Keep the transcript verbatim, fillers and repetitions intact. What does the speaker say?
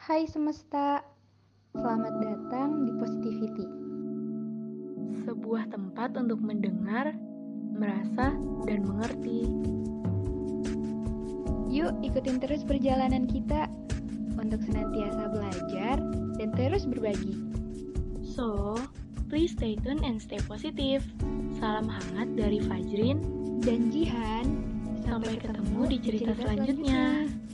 Hai semesta, selamat datang di Positivity. Sebuah tempat untuk mendengar, merasa, dan mengerti. Yuk ikutin terus perjalanan kita untuk senantiasa belajar dan terus berbagi. So, please stay tuned and stay positive. Salam hangat dari Fajrin Dan Jihan, Sampai ketemu di cerita selanjutnya.